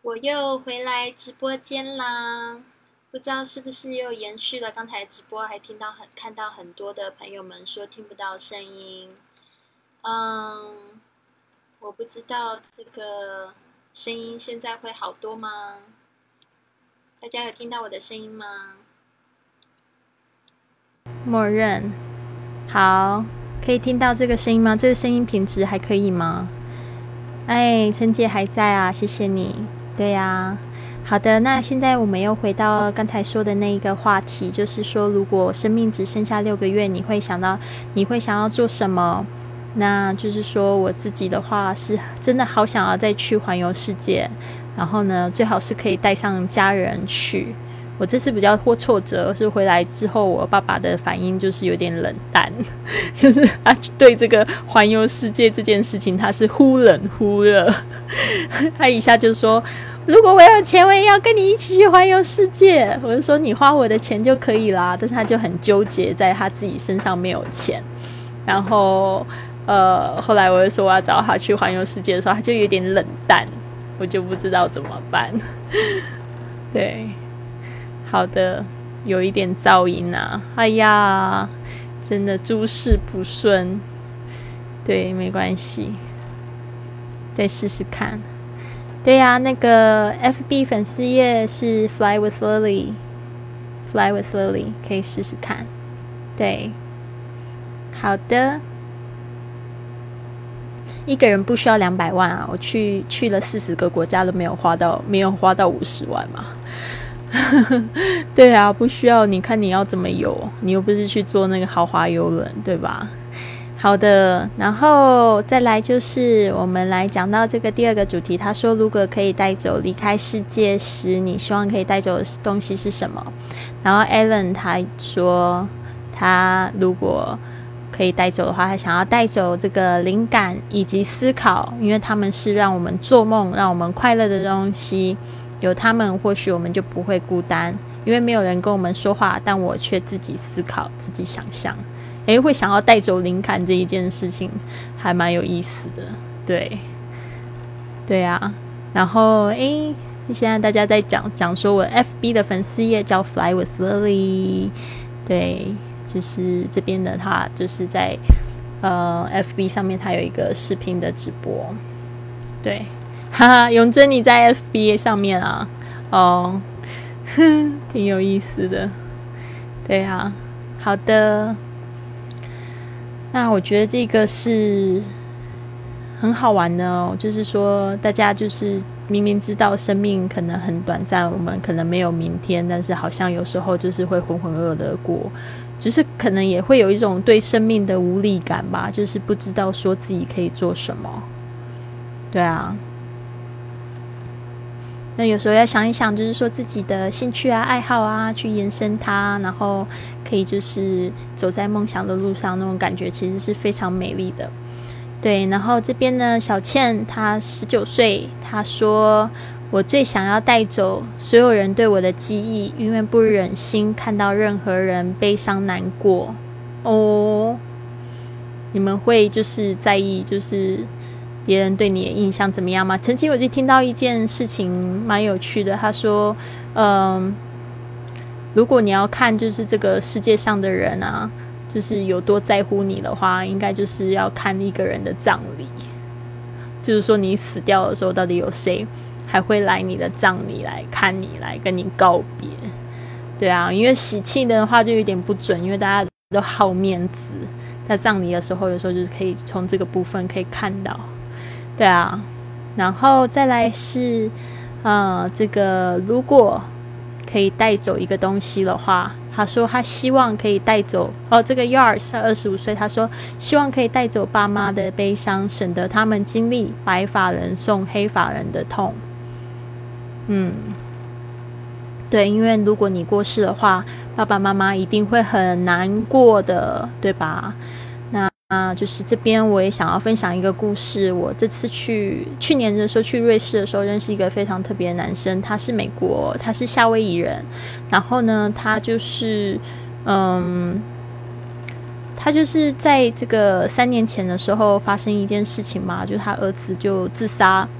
我又回来直播间啦，不知道是不是又延续了刚才直播，还看到很多的朋友们说听不到声音。我不知道这个声音现在会好多吗？大家有听到我的声音吗？默认好，可以听到这个声音吗？这个声音品质还可以吗？哎，陈姐还在啊，谢谢你。对呀，好的，那现在我们又回到刚才说的那一个话题，就是说，如果生命只剩下6个月，你会想要做什么？那就是说，我自己的话是真的好想要再去环游世界，然后呢，最好是可以带上家人去。我这次比较挫折是回来之后，我爸爸的反应就是有点冷淡，就是他对这个环游世界这件事情，他是忽冷忽热。他一下就说，如果我有钱，我也要跟你一起去环游世界。我就说你花我的钱就可以啦，但是他就很纠结在他自己身上没有钱。然后后来我就说我要找他去环游世界的时候，他就有点冷淡，我就不知道怎么办。对，好的，有一点噪音啊，哎呀，真的诸事不顺。对，没关系，再试试看。对呀，那个 FB 粉丝页是 Fly with Lily，Fly with Lily 可以试试看。对，好的。一个人不需要200万啊！我去了40个国家都没有花到50万嘛。对啊，不需要。你看你要怎么游？你又不是去坐那个豪华游轮，对吧？好的，然后再来就是我们来讲到这个第2个主题。他说，如果可以带走离开世界时，你希望可以带走的东西是什么？然后 Alan 他说，他如果可以带走的话，他想要带走这个灵感以及思考，因为他们是让我们做梦、让我们快乐的东西。有他们，或许我们就不会孤单，因为没有人跟我们说话，但我却自己思考、自己想象。会想要带走灵感这一件事情，还蛮有意思的。对啊。然后现在大家在讲说我 FB 的粉丝页叫 Fly with Lily， 对，就是这边的他就是在FB 上面他有一个视频的直播。对，哈哈，永贞你在 FB 上面啊？哦，挺有意思的。对啊，好的。那我觉得这个是很好玩的哦，就是说大家就是明明知道生命可能很短暂，我们可能没有明天，但是好像有时候就是会浑浑噩噩的过，就是可能也会有一种对生命的无力感吧，就是不知道说自己可以做什么。对啊，那有时候要想一想，就是说自己的兴趣啊、爱好啊，去延伸它，然后可以就是走在梦想的路上，那种感觉其实是非常美丽的。对，然后这边呢，小倩她19岁，她说我最想要带走所有人对我的记忆，因为不忍心看到任何人悲伤难过。哦，你们会就是在意就是别人对你的印象怎么样吗？曾经我就听到一件事情蛮有趣的，他说如果你要看就是这个世界上的人啊，就是有多在乎你的话，应该就是要看一个人的葬礼，就是说你死掉的时候到底有谁还会来你的葬礼来看你，来跟你告别。对啊，因为喜庆的话就有点不准，因为大家都好面子，在葬礼的时候有时候就是可以从这个部分可以看到。对啊，然后再来是这个如果可以带走一个东西的话，他说他希望可以带走这个 Yars 25岁，他说希望可以带走爸妈的悲伤，省得他们经历白发人送黑发人的痛。对，因为如果你过世的话，爸爸妈妈一定会很难过的，对吧？那就是这边我也想要分享一个故事。我这次去年的时候去瑞士的时候，认识一个非常特别的男生，他是美国，他是夏威夷人。然后呢，他就是在这个3年前的时候发生一件事情嘛，就是他儿子就自杀。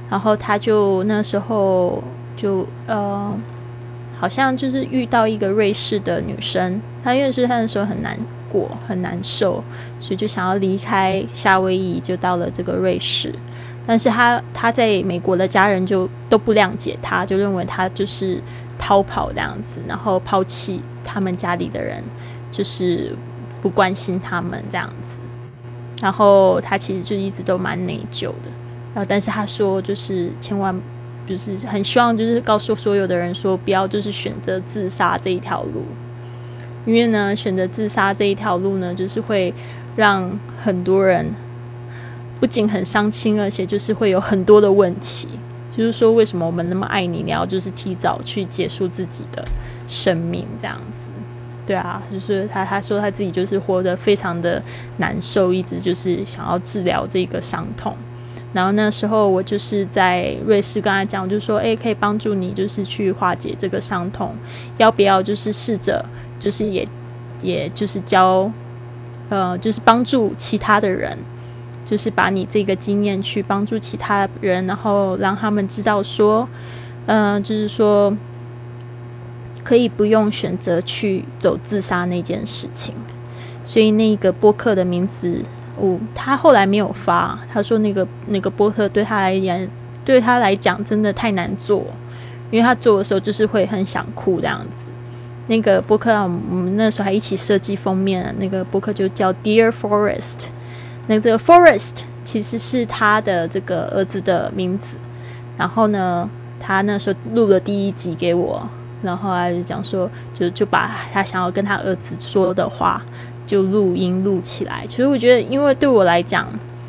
然后他就那时候就好像就是遇到一个瑞士的女生，她因为是她那时候很难过很难受，所以就想要离开夏威夷，就到了这个瑞士。但是他在美国的家人就都不谅解他，就认为他就是逃跑这样子，然后抛弃他们家里的人，就是不关心他们这样子。然后他其实就一直都蛮内疚的，然后但是他说就是千万就是很希望就是告诉所有的人说不要就是选择自杀这一条路，因为呢选择自杀这一条路呢就是会让很多人不仅很伤心，而且就是会有很多的问题，就是说为什么我们那么爱你，你要就是提早去结束自己的生命这样子。对啊，就是他说他自己就是活得非常的难受，一直就是想要治疗这个伤痛。然后那时候我就是在瑞士跟他讲，我就说可以帮助你就是去化解这个伤痛，要不要就是试着就是也就是教就是帮助其他的人，就是把你这个经验去帮助其他人，然后让他们知道说就是说可以不用选择去走自杀那件事情。所以那个播客的名字他后来没有发，他说那个播客对他来讲真的太难做，因为他做的时候就是会很想哭这样子。那个播客我们那时候还一起设计封面，那个播客就叫 Dear Forest， 那这个 Forest 其实是他的这个儿子的名字。然后呢他那时候录了第1集给我，然后他就讲说就把他想要跟他儿子说的话就录音录起来。其实我觉得因为对我来讲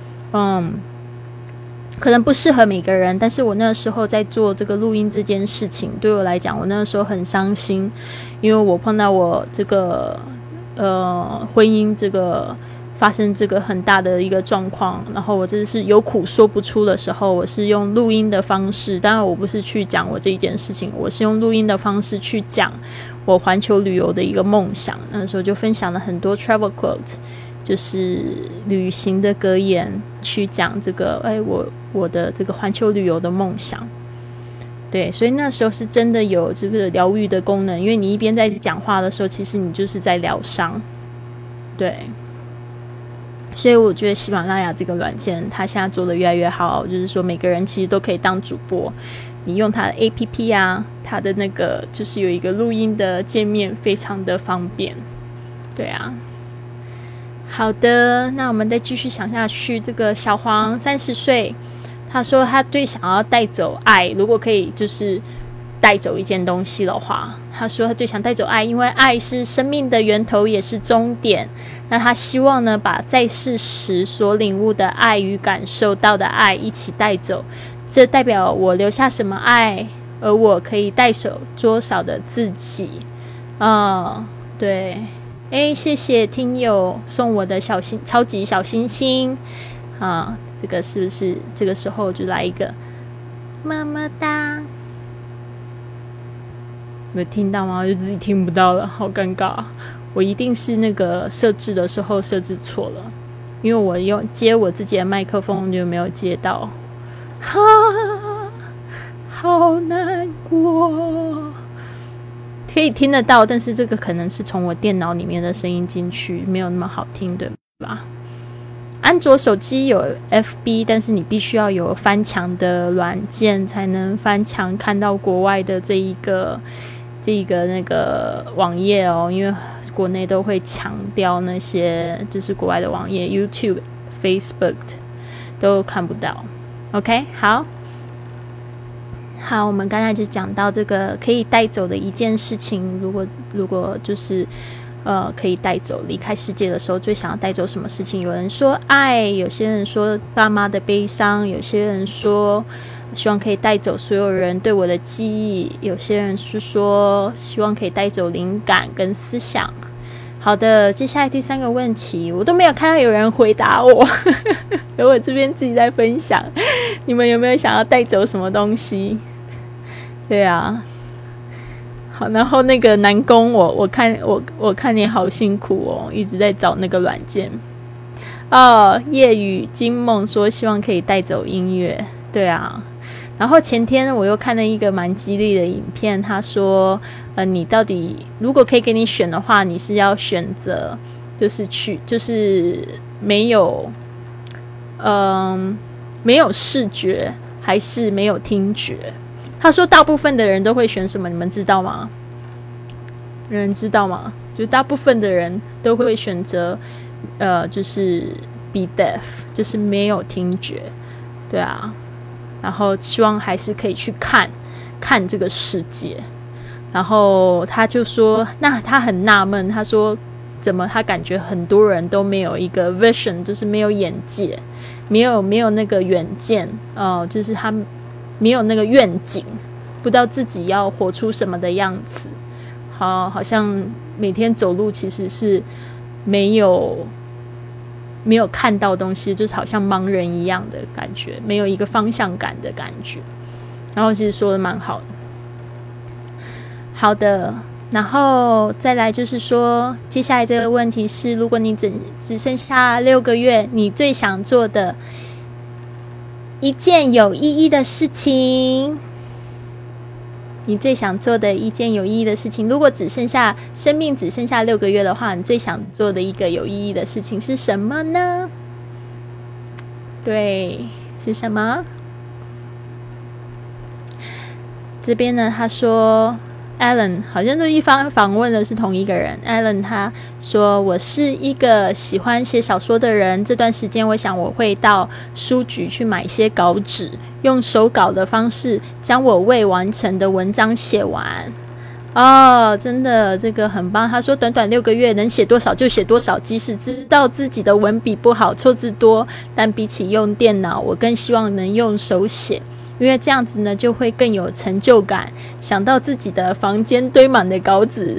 可能不适合每个人，但是我那时候在做这个录音这件事情，对我来讲我那时候很伤心，因为我碰到我这个婚姻这个发生这个很大的一个状况，然后我真的是有苦说不出的时候，我是用录音的方式，当然我不是去讲我这一件事情，我是用录音的方式去讲我环球旅游的一个梦想。那时候就分享了很多 travel quote， 就是旅行的格言，去讲这个我的这个环球旅游的梦想。对，所以那时候是真的有这个疗愈的功能，因为你一边在讲话的时候，其实你就是在疗伤。对，所以我觉得喜马拉雅这个软件它现在做的越来越好，就是说每个人其实都可以当主播，你用它的 APP 啊，它的那个就是有一个录音的界面，非常的方便。对啊，好的，那我们再继续想下去。这个小黄30岁，他说他最想要带走爱，如果可以就是带走一件东西的话，他说他最想带走爱，因为爱是生命的源头，也是终点。那他希望呢，把在世时所领悟的爱与感受到的爱一起带走，这代表我留下什么爱，而我可以带走多少的自己。对，谢谢听友送我的超级小星星这个是不是这个时候就来一个么么哒？有听到吗？我就自己听不到了，好尴尬。我一定是那个设置的时候设置错了，因为我用接我自己的麦克风就没有接到，好难过。可以听得到，但是这个可能是从我电脑里面的声音进去，没有那么好听，对吧？安卓手机有 FB， 但是你必须要有翻墙的软件才能翻墙看到国外的这一个那个网页哦，因为国内都会强调那些就是国外的网页 YouTube、Facebook 都看不到。 OK， 好，我们刚才就讲到这个可以带走的一件事情，如果就是可以带走离开世界的时候，最想要带走什么事情？有人说爱，有些人说爸妈的悲伤，有些人说希望可以带走所有人对我的记忆，有些人是说希望可以带走灵感跟思想。好的，接下来第3个问题，我都没有看到有人回答我而我这边自己在分享，你们有没有想要带走什么东西？对啊，好，然后那个南宫，我看你好辛苦哦，一直在找那个软件。夜雨金梦说希望可以带走音乐，对啊， 然后前天我又看了一个蛮激励的影片，他说，你到底如果可以给你选的话，你是要选择就是没有视觉还是没有听觉？他说大部分的人都会选什么？你们知道吗？有人知道吗？就大部分的人都会选择就是 be deaf， 就是没有听觉，对啊。然后希望还是可以去看这个世界。然后他就说，那他很纳闷，他说怎么他感觉很多人都没有一个 vision， 就是没有眼界，没有那个远见，就是他没有那个愿景，不知道自己要活出什么的样子。好像每天走路其实是没有看到东西，就是好像盲人一样的感觉，没有一个方向感的感觉。然后其实说的蛮好的。好的，然后再来就是说，接下来这个问题是，如果你只剩下6个月，你最想做的一件有意义的事情，你最想做的一件有意义的事情，如果生命只剩下6个月的话，你最想做的一个有意义的事情是什么呢？对，是什么？这边呢，他说 Alan 好像都一方访问的是同一个人。Alan 他说，我是一个喜欢写小说的人，这段时间我想我会到书局去买一些稿纸，用手稿的方式将我未完成的文章写完。真的这个很棒。他说短短6个月能写多少就写多少，即使知道自己的文笔不好，错字多，但比起用电脑，我更希望能用手写，因为这样子呢就会更有成就感。想到自己的房间堆满的稿纸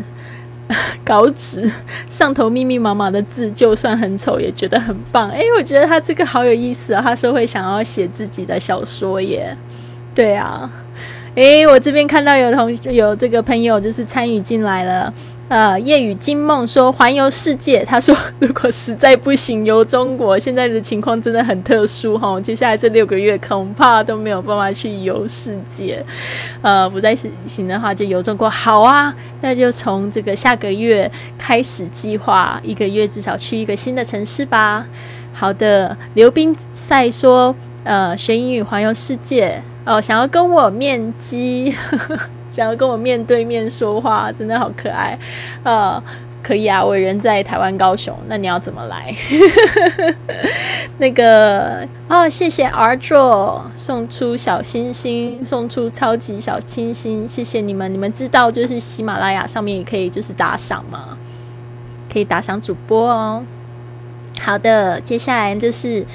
上头密密麻麻的字，就算很丑也觉得很棒。我觉得他这个好有意思啊。他说会想要写自己的小说耶。对啊，我这边看到有这个朋友就是参与进来了。夜雨金梦说环游世界，他说如果实在不行游中国，现在的情况真的很特殊接下来这6个月恐怕都没有办法去游世界。不再行的话就游中国。好啊，那就从这个下个月开始计划1个月至少去一个新的城市吧。好的，刘冰赛说学英语环游世界，想要跟我面基想要跟我面对面说话，真的好可爱。可以啊，我人在台湾高雄，那你要怎么来？那个谢谢 Arjo 送出小星星，送出超级小星星，谢谢你们。你们知道就是喜马拉雅上面也可以就是打赏吗？可以打赏主播哦。好的，接下来就是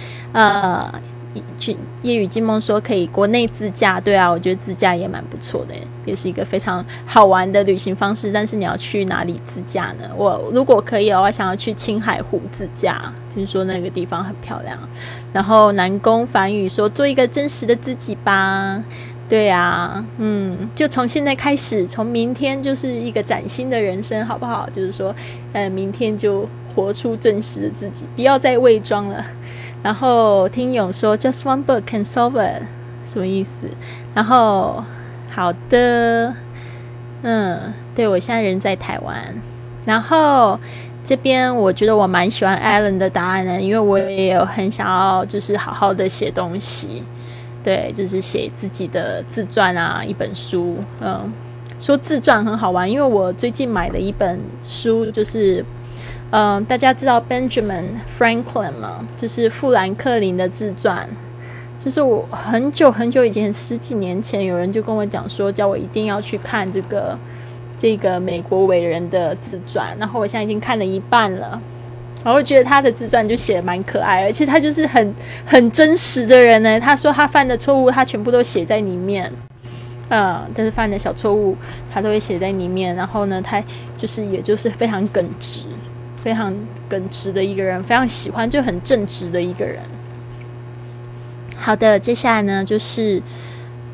夜雨金梦说可以国内自驾。对啊，我觉得自驾也蛮不错的，也是一个非常好玩的旅行方式。但是你要去哪里自驾呢？我如果可以的话，想要去青海湖自驾，听说那个地方很漂亮。然后南宫繁宇说做一个真实的自己吧。对啊，就从现在开始，从明天就是一个崭新的人生，好不好？就是说明天就活出真实的自己，不要再伪装了。然后听勇说 Just one book can solve it， 什么意思？然后好的，对，我现在人在台湾。然后这边我觉得我蛮喜欢 Alan 的答案的，因为我也有很想要就是好好的写东西，对，就是写自己的自传啊，一本书。说自传很好玩，因为我最近买的一本书就是大家知道 Benjamin Franklin 吗？就是富兰克林的自传。就是我很久很久以前10几年前，有人就跟我讲说，叫我一定要去看这个美国伟人的自传。然后我现在已经看了一半了，然后觉得他的自传就写得蛮可爱，而且他就是很真实的人呢。他说他犯的错误，他全部都写在里面。但是犯的小错误，他都会写在里面。然后呢，他也就是非常耿直的一个人，非常喜欢，就很正直的一个人。好的，接下来呢就是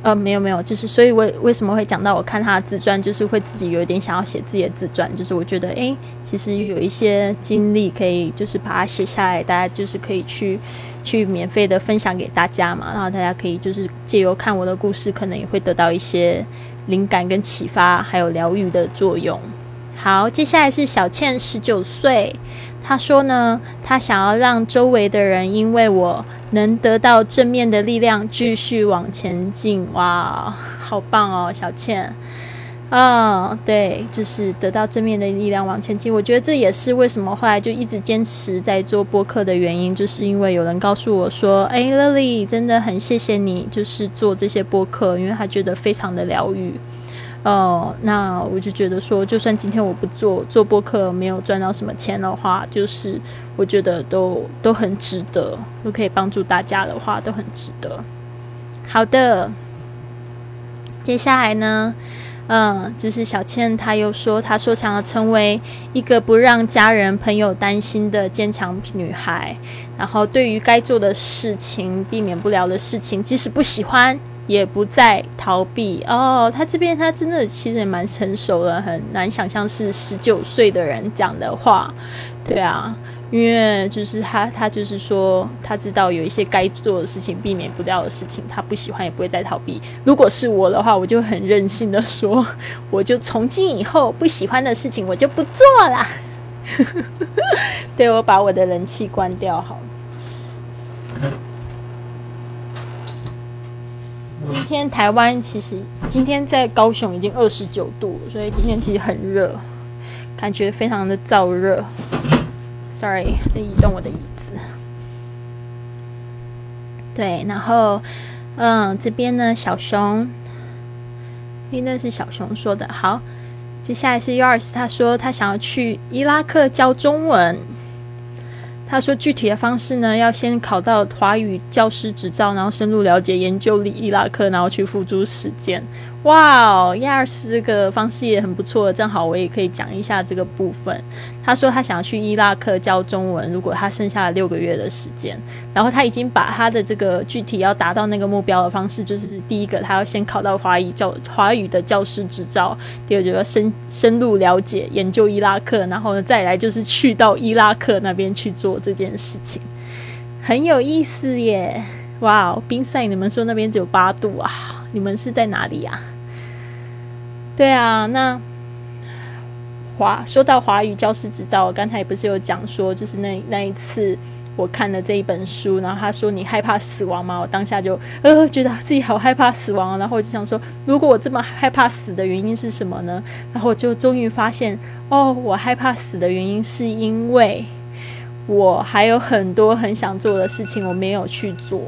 没有，就是所以我为什么会讲到我看他的自传，就是会自己有一点想要写自己的自传，就是我觉得其实有一些经历可以就是把它写下来，大家就是可以去免费的分享给大家嘛，然后大家可以就是借由看我的故事，可能也会得到一些灵感跟启发，还有疗愈的作用。好，接下来是小倩19岁，她说呢，她想要让周围的人因为我能得到正面的力量继续往前进。哇，好棒哦，小倩。对，就是得到正面的力量往前进。我觉得这也是为什么后来就一直坚持在做播客的原因，就是因为有人告诉我说Lily 真的很谢谢你就是做这些播客，因为他觉得非常的疗愈。那我就觉得说，就算今天我不做播客没有赚到什么钱的话，就是我觉得都很值得，都可以帮助大家的话都很值得。好的，接下来呢就是小倩她又说，她说想要成为一个不让家人朋友担心的坚强女孩，然后对于该做的事情避免不了的事情，即使不喜欢也不再逃避。他这边他真的其实也蛮成熟的，很难想象是19岁的人讲的话。对啊，因为就是他就是说他知道有一些该做的事情避免不了的事情他不喜欢也不会再逃避。如果是我的话，我就很任性的说，我就从今以后不喜欢的事情我就不做啦。对，我把我的人气关掉好了。今天台湾其实今天在高雄已经29度了，所以今天其实很热，感觉非常的燥热。Sorry， 在移动我的椅子。对，然后这边呢小熊，那是小熊说的。好，接下来是 Yours， 他说他想要去伊拉克教中文。他说具体的方式呢，要先考到华语教师执照，然后深入了解研究伊拉克，然后去付诸实践。哇，Yours 这个方式也很不错，正好我也可以讲一下这个部分。他说他想要去伊拉克教中文，如果他剩下了6个月的时间，然后他已经把他的这个具体要达到那个目标的方式，就是第一个他要先考到华语的教师执照，第二就要深入了解研究伊拉克，然后呢再来就是去到伊拉克那边去做这件事情，很有意思耶。哇，冰赛你们说那边只有8度啊，你们是在哪里啊？对啊，那说到华语教师执照，我刚才不是有讲说，就是那一次我看了这一本书，然后他说你害怕死亡吗？我当下就觉得自己好害怕死亡，然后我就想说，如果我这么害怕死的原因是什么呢？然后我就终于发现，我害怕死的原因是因为我还有很多很想做的事情我没有去做。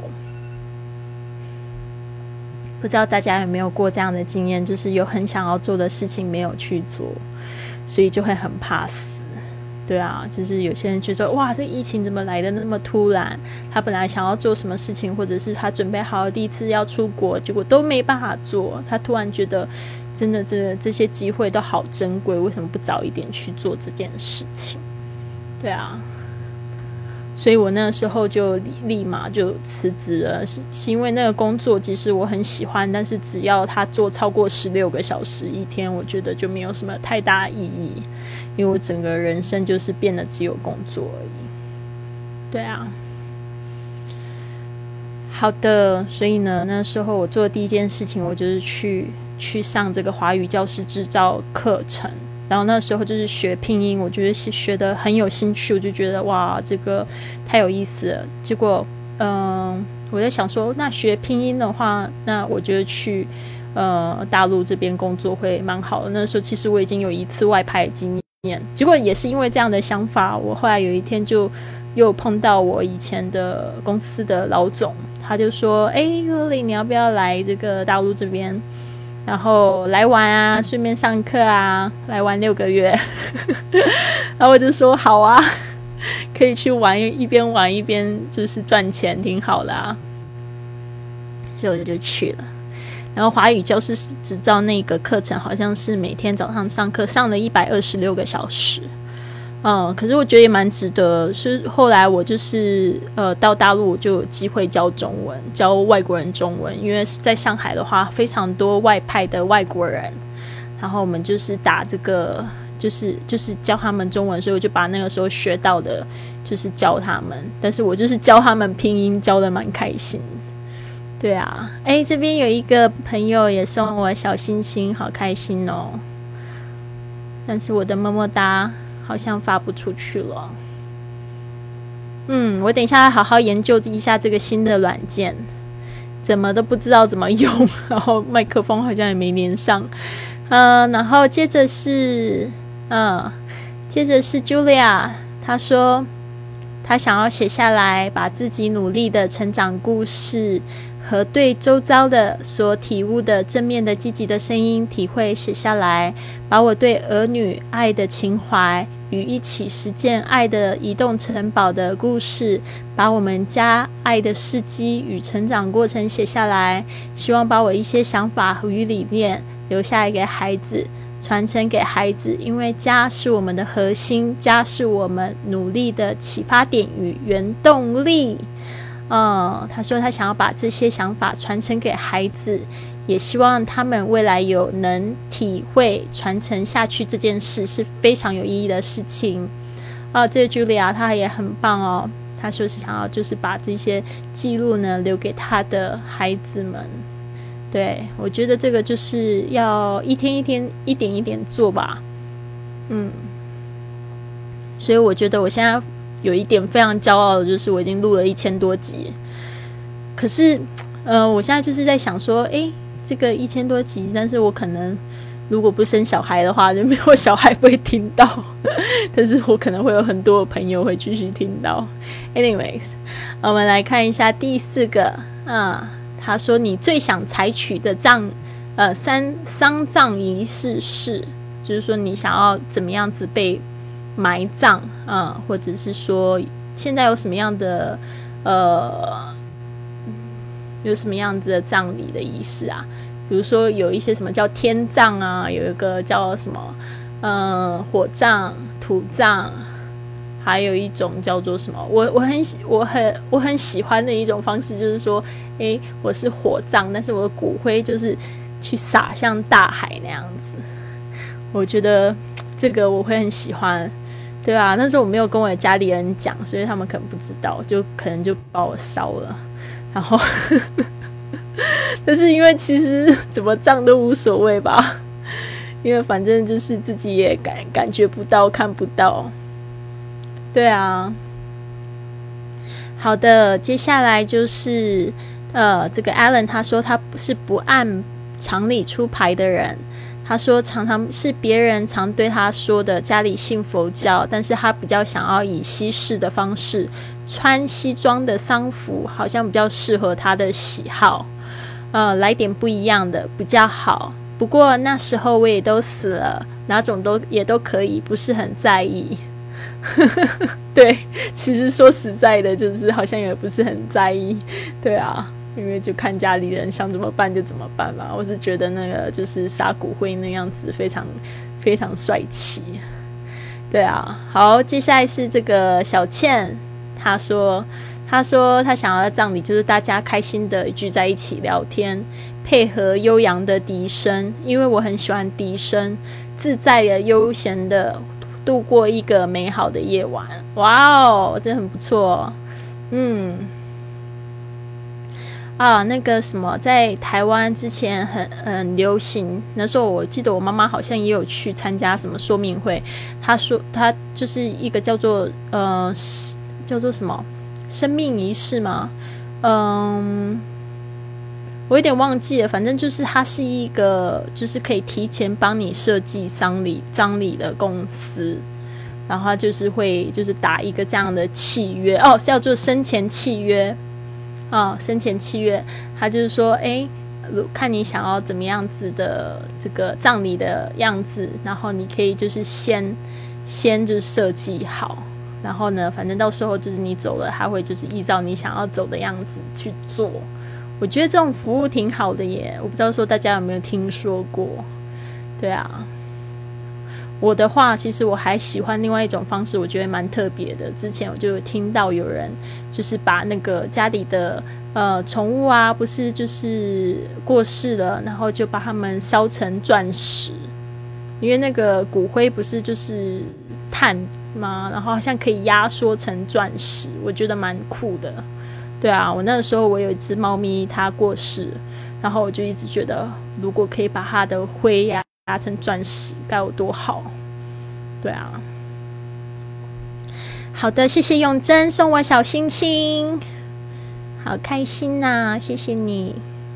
不知道大家有没有过这样的经验，就是有很想要做的事情没有去做，所以就会很怕死。对啊，就是有些人觉得哇，这疫情怎么来的那么突然，他本来想要做什么事情，或者是他准备好了第一次要出国，结果都没办法做，他突然觉得真的这些机会都好珍贵，为什么不早一点去做这件事情？对啊，所以我那时候就立马就辞职了，是因为那个工作即使我很喜欢，但是只要他做超过16个小时一天，我觉得就没有什么太大意义，因为我整个人生就是变得只有工作而已。对啊，好的，所以呢那时候我做的第一件事情，我就是去上这个华语教师执照课程，然后那时候就是学拼音，我觉得学得很有兴趣，我就觉得哇，这个太有意思了。结果我在想说，那学拼音的话，那我觉得去大陆这边工作会蛮好的。那时候其实我已经有1次外派的经验，结果也是因为这样的想法，我后来有一天就又碰到我以前的公司的老总，他就说Lily 你要不要来这个大陆这边，然后来玩啊，顺便上课啊，来玩6个月。然后我就说好啊，可以去玩，一边玩一边就是赚钱，挺好的啊。所以我就去了。然后华语教师执照那个课程好像是每天早上上课，上了126个小时。 可是我觉得也蛮值得。是后来我就是到大陆就有机会教中文，教外国人中文，因为在上海的话非常多外派的外国人，然后我们就是打这个就是教他们中文，所以我就把那个时候学到的就是教他们，但是我就是教他们拼音，教的蛮开心。对啊，这边有一个朋友也送我小星星，好开心哦。但是我的么么哒好像发不出去了。我等一下好好研究一下这个新的软件，怎么都不知道怎么用，然后麦克风好像也没连上。然后接着是 Julia， 她说她想要写下来，把自己努力的成长故事和对周遭的所体悟的正面的积极的声音体会写下来，把我对儿女爱的情怀与一起实践爱的移动城堡的故事，把我们家爱的事迹与成长过程写下来，希望把我一些想法与理念留下来给孩子，传承给孩子，因为家是我们的核心，家是我们努力的启发点与原动力。他说他想要把这些想法传承给孩子，也希望他们未来有能体会传承下去，这件事是非常有意义的事情。这个 Julia 她也很棒哦，她说是想要就是把这些记录呢留给她的孩子们。对，我觉得这个就是要一天一天一点一点做吧。所以我觉得我现在有一点非常骄傲的就是我已经录了1000多集，可是我现在就是在想说这个1000多集，但是我可能如果不生小孩的话就没有小孩会听到但是我可能会有很多朋友会继续听到。 anyways， 我们来看一下第4个。他说你最想采取的丧葬仪式是，就是说你想要怎么样子被埋葬，或者是说现在有什么样的葬礼的仪式啊？比如说有一些什么叫天葬啊，有一个叫什么火葬、土葬，还有一种叫做什么，我很喜欢的一种方式，就是说我是火葬，但是我的骨灰就是去撒向大海那样子。我觉得这个我会很喜欢。对啊，但是我没有跟我的家里人讲，所以他们可能不知道，就可能就把我烧了。然后但是因为其实怎么葬都无所谓吧，因为反正就是自己也感觉不到看不到。对啊，好的，接下来就是这个 Alan 他说他是不按常理出牌的人。他说常常是别人常对他说的家里信佛教，但是他比较想要以西式的方式，穿西装的丧服好像比较适合他的喜好，来点不一样的比较好。不过那时候我也都死了，哪种也都可以，不是很在意对，其实说实在的就是好像也不是很在意。对啊，因为就看家里人想怎么办就怎么办吧。我是觉得那个就是撒骨灰那样子非常非常帅气。对啊，好，接下来是这个小倩，她说她想要的葬礼就是大家开心的聚在一起聊天，配合悠扬的笛声，因为我很喜欢笛声，自在的悠闲的度过一个美好的夜晚。哇哦，这很不错。那个什么，在台湾之前很流行，那时候我记得我妈妈好像也有去参加什么说明会，她说她就是一个叫做什么生命仪式吗？我有点忘记了，反正就是它是一个就是可以提前帮你设计葬礼的公司，然后它就是会就是打一个这样的契约，是叫做生前契约。生前契约，他就是说看你想要怎么样子的这个葬礼的样子，然后你可以就是先就是设计好，然后呢反正到时候就是你走了，他会就是依照你想要走的样子去做。我觉得这种服务挺好的耶，我不知道说大家有没有听说过。对啊， 我的话，其实我还喜欢另外一种方式，我觉得蛮特别的。之前我就有听到有人就是把那个家里的宠物啊，不是就是过世了，然后就把它们烧成钻石，因为那个骨灰不是就是碳吗？然后好像可以压缩成钻石，我觉得蛮酷的。对啊，我那个时候我有一只猫咪，它过世了，然后我就一直觉得，如果可以把它的灰压成钻石该有多好。对啊，好的，谢谢永贞送我小星星，好开心啊，谢谢你，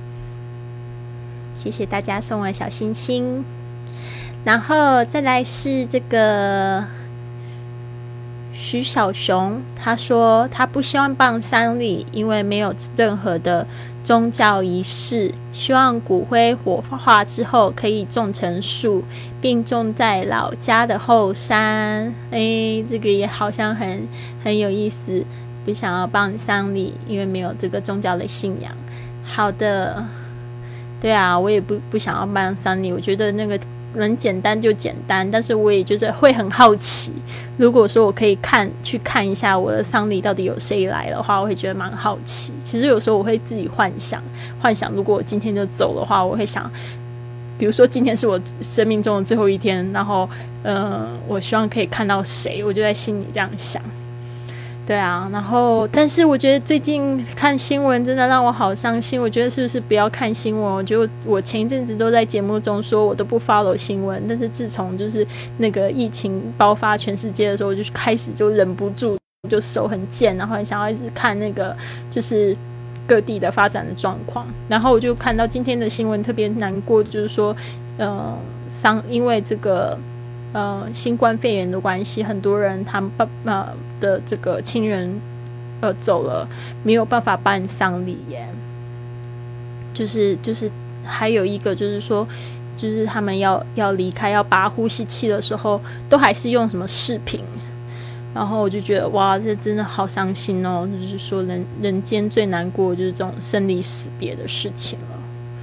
谢谢大家送我小星星。然后再来是这个徐小熊，他说他不希望办丧礼，因为没有任何的宗教仪式，希望骨灰火化之后可以种成树，并种在老家的后山。这个也好像很有意思，不想要办丧礼，因为没有这个宗教的信仰。好的，对啊，我也不想要办丧礼，我觉得那个能简单就简单，但是我也就是会很好奇，如果说我可以去看一下我的丧礼到底有谁来的话，我会觉得蛮好奇。其实有时候我会自己幻想如果我今天就走的话，我会想比如说今天是我生命中的最后一天，然后我希望可以看到谁，我就在心里这样想。对啊，然后但是我觉得最近看新闻真的让我好伤心，我觉得是不是不要看新闻？我觉得我前一阵子都在节目中说我都不 follow 新闻，但是自从就是那个疫情爆发全世界的时候，我就开始就忍不住就手很贱，然后很想要一直看那个就是各地的发展的状况。然后我就看到今天的新闻特别难过，就是说因为这个新冠肺炎的关系，很多人他们的这个亲人走了，没有办法办丧礼耶。就是还有一个就是说，就是他们要离开要拔呼吸器的时候，都还是用什么饰品。然后我就觉得哇，这真的好伤心哦！就是说人间最难过就是这种生离死别的事情了。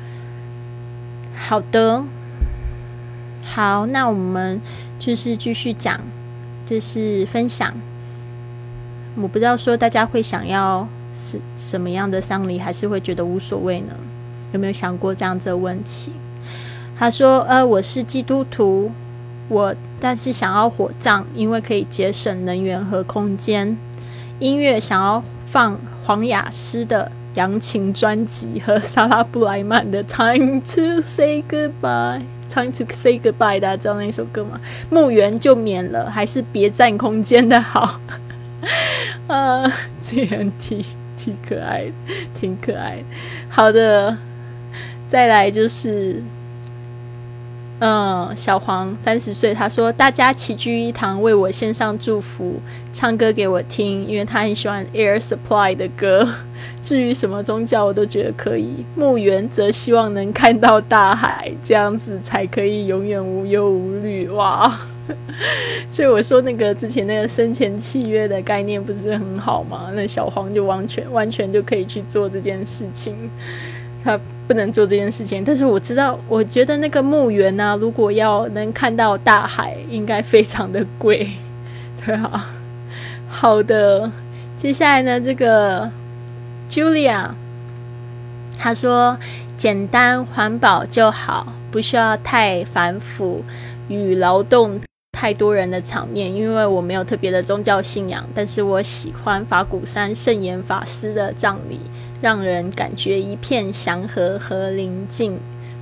好的。好，那我们就是继续讲，就是分享。我不知道说大家会想要是什么样的丧礼，还是会觉得无所谓呢？有没有想过这样子的问题？他说我是基督徒，但是想要火葬，因为可以节省能源和空间。音乐想要放黄雅诗的扬琴专辑和莎拉布莱曼的 Time to Say Goodbye。Time to Say Goodbye， 大家知道那一首歌吗？墓园就免了，还是别占空间的好。这样挺可爱的，挺可爱的。好的，再来就是小黄30岁，他说大家齐聚一堂为我献上祝福，唱歌给我听，因为他很喜欢 Air Supply 的歌。至于什么宗教我都觉得可以，墓园则希望能看到大海，这样子才可以永远无忧无虑。哇，所以我说那个之前那个生前契约的概念不是很好吗？那小黄就完全就可以去做这件事情。他不能做这件事情，但是我觉得那个墓园啊，如果要能看到大海，应该非常的贵。对啊，好的，接下来呢，这个 Julia 她说简单环保就好，不需要太繁复与劳动太多人的场面，因为我没有特别的宗教信仰，但是我喜欢法鼓山圣严法师的葬礼，让人感觉一片祥和和宁静。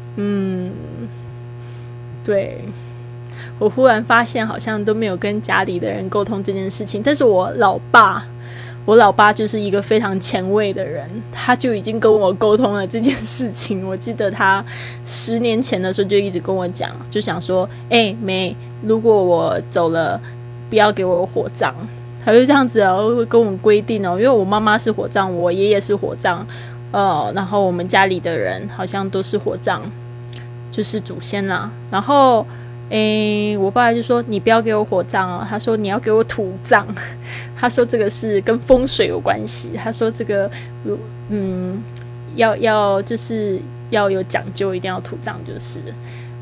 对，我忽然发现好像都没有跟家里的人沟通这件事情，但是我老爸就是一个非常前卫的人，他就已经跟我沟通了这件事情。我记得他10年前的时候就一直跟我讲，就想说妹，如果我走了不要给我火葬。他就这样子会跟我们规定因为我妈妈是火葬，我爷爷是火葬，然后我们家里的人好像都是火葬，就是祖先啦。然后我爸就说你不要给我火葬他说你要给我土葬。他说这个是跟风水有关系，他说这个要就是要有讲究，一定要土葬就是。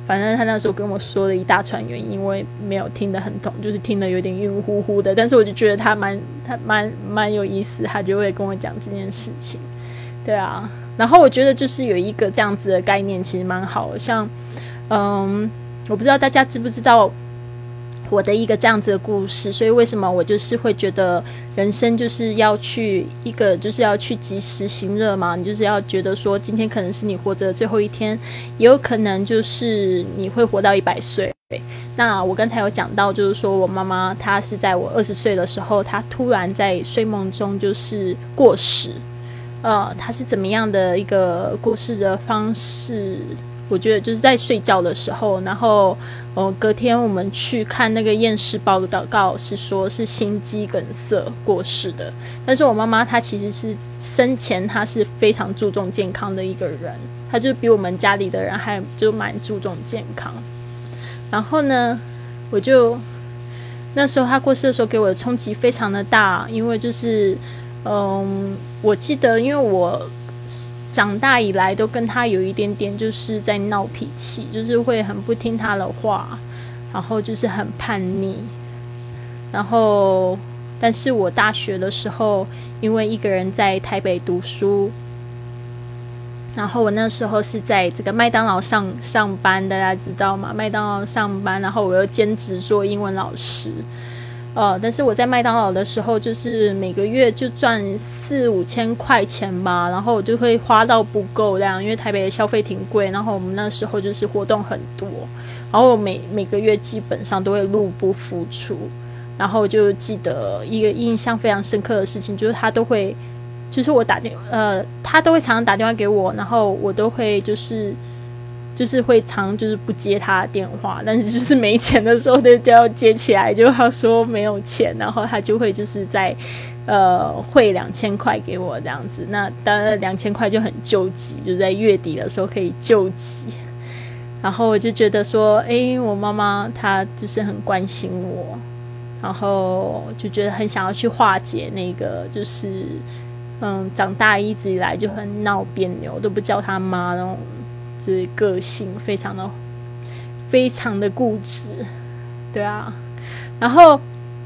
反正他那时候跟我说了一大串原因，我也没有听得很懂，就是听得有点晕乎乎的。但是我就觉得他蛮有意思，他就会跟我讲这件事情。对啊，然后我觉得就是有一个这样子的概念，其实蛮好的。像我不知道大家知不知道我的一个这样子的故事，所以为什么我就是会觉得人生就是要去一个就是要去及时行乐嘛，你就是要觉得说今天可能是你活着的最后一天，也有可能就是你会活到100岁。那我刚才有讲到，就是说我妈妈她是在我20岁的时候，她突然在睡梦中就是过世。她是怎么样的一个过世的方式？我觉得就是在睡觉的时候，然后隔天我们去看那个验尸报告，是说是心肌梗塞过世的。但是我妈妈她其实是生前她是非常注重健康的一个人，她就比我们家里的人还就蛮注重健康。然后呢，我就那时候她过世的时候给我的冲击非常的大，因为就是我记得因为我长大以来都跟他有一点点就是在闹脾气，就是会很不听他的话，然后就是很叛逆。然后但是我大学的时候因为一个人在台北读书，然后我那时候是在这个麦当劳上班，大家知道吗？麦当劳上班，然后我又兼职做英文老师。但是我在麦当劳的时候，就是每个月就赚4-5千块钱吧，然后我就会花到不够这样，因为台北的消费挺贵，然后我们那时候就是活动很多，然后我每个月基本上都会入不敷出。然后我就记得一个印象非常深刻的事情，就是他都会，就是他都会常常打电话给我，然后我都会就是会常就是不接他的电话，但是就是没钱的时候就要接起来，就他说没有钱，然后他就会就是在汇2000块给我这样子。那当然2000块就很救急，就在月底的时候可以救急。然后我就觉得说我妈妈她就是很关心我，然后就觉得很想要去化解那个就是长大一直以来就很闹别扭，都不叫他妈那种，就是个性非常的固执。对啊，然后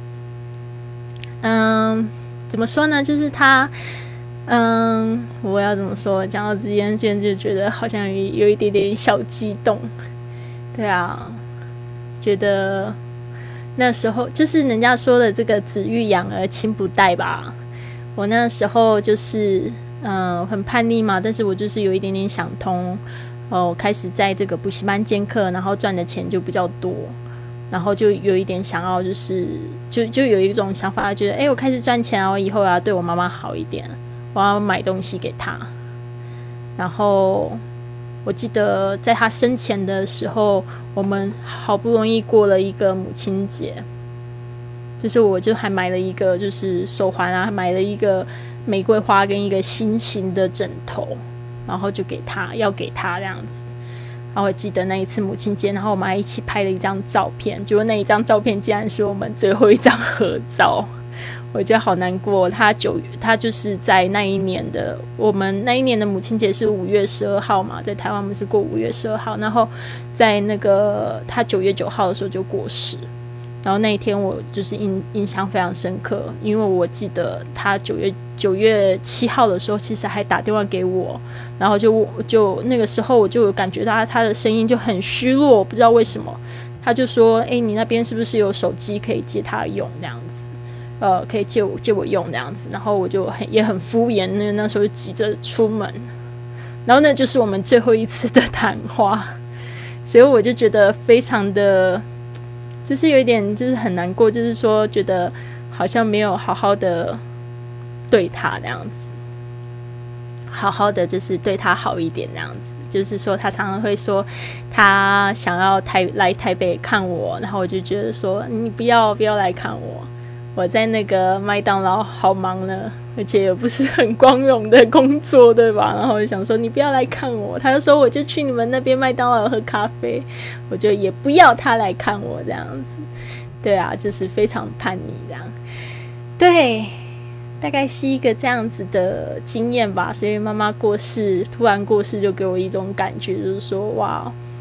怎么说呢，就是他我要怎么说，讲到之间就觉得好像有一点点小激动。对啊，觉得那时候就是人家说的这个子欲养而亲不待吧。我那时候就是很叛逆嘛，但是我就是有一点点想通。我开始在这个补习班兼课，然后赚的钱就比较多，然后就有一点想要就有一种想法，觉得我开始赚钱啊，我以后要对我妈妈好一点，我要买东西给她。然后我记得在她生前的时候，我们好不容易过了一个母亲节，就是我就还买了一个就是手环啊，还买了一个玫瑰花跟一个心形的枕头，然后就要给他这样子。然后我记得那一次母亲节，然后我们还一起拍了一张照片，结果那一张照片竟然是我们最后一张合照，我觉得好难过。他就是在那一年的，我们那一年的母亲节是5月12号嘛，在台湾我们是过5月12号，然后在那个他9月9号的时候就过世。然后那一天我就是印象非常深刻，因为我记得他9月7号的时候其实还打电话给我，然后就那个时候我就有感觉到他的声音就很虚弱，不知道为什么。他就说你那边是不是有手机可以借他用这样子，可以借我用这样子。然后我就也很敷衍，那时候就急着出门，然后那就是我们最后一次的谈话。所以我就觉得非常的就是有一点就是很难过，就是说觉得好像没有好好的对他那样子，好好的就是对他好一点那样子。就是说他常常会说他想要来台北看我，然后我就觉得说你不要来看我在那个麦当劳好忙呢，而且也不是很光荣的工作，对吧？然后我就想说你不要来看我，他就说我就去你们那边麦当劳喝咖啡，我就也不要他来看我这样子。对啊，就是非常叛逆这样。对，大概是一个这样子的经验吧。所以妈妈突然过世就给我一种感觉，就是说哇，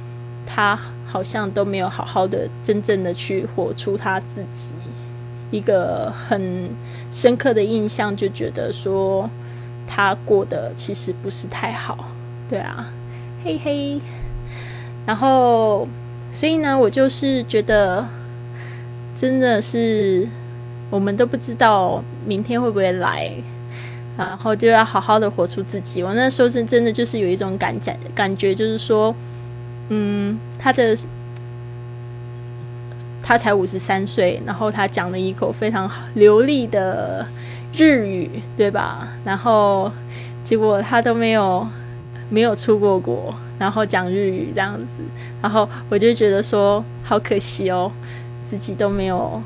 他好像都没有好好的真正的去活出他自己一个很深刻的印象，就觉得说他过得其实不是太好，对啊，嘿嘿。然后所以呢，我就是觉得真的是我们都不知道明天会不会来，然后就要好好的活出自己。我那时候是真的就是有一种感觉，就是说他才53岁，然后他讲了一口非常流利的日语，对吧？然后结果他都没有出过国，然后讲日语这样子，然后我就觉得说好可惜哦，自己都没有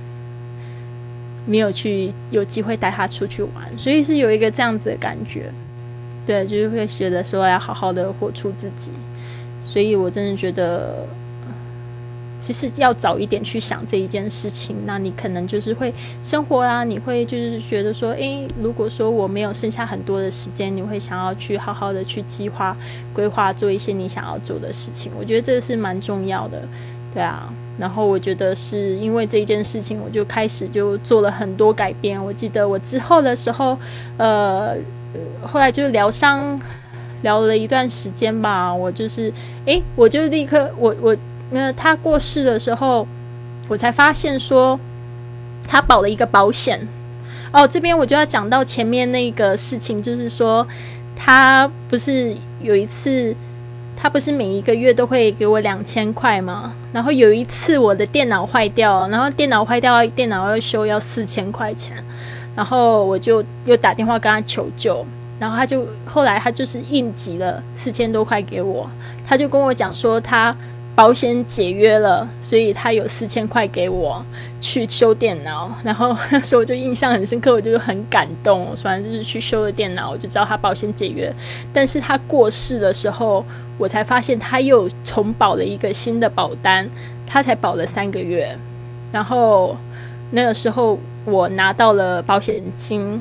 去有机会带他出去玩，所以是有一个这样子的感觉，对，就是会觉得说要好好的活出自己。所以我真的觉得其实要早一点去想这一件事情，那你可能就是会生活啊，你会就是觉得说如果说我没有剩下很多的时间，你会想要去好好的去计划规划做一些你想要做的事情，我觉得这个是蛮重要的，对啊。然后我觉得是因为这一件事情，我就开始就做了很多改变。我记得我之后的时候后来就疗伤聊了一段时间吧，我就是我就立刻他过世的时候，我才发现说他保了一个保险。这边我就要讲到前面那个事情，就是说他不是有一次，他不是每一个月都会给我2000块吗？然后有一次我的电脑坏掉，然后电脑要修要4000块钱，然后我就又打电话跟他求救，然后后来他就是应急了4000多块给我，他就跟我讲说他保险解约了，所以他有4000块给我去修电脑。然后那时候我就印象很深刻，我就很感动，反正就是去修了电脑，我就知道他保险解约。但是他过世的时候，我才发现他又重保了一个新的保单，他才保了3个月。然后那个时候我拿到了保险金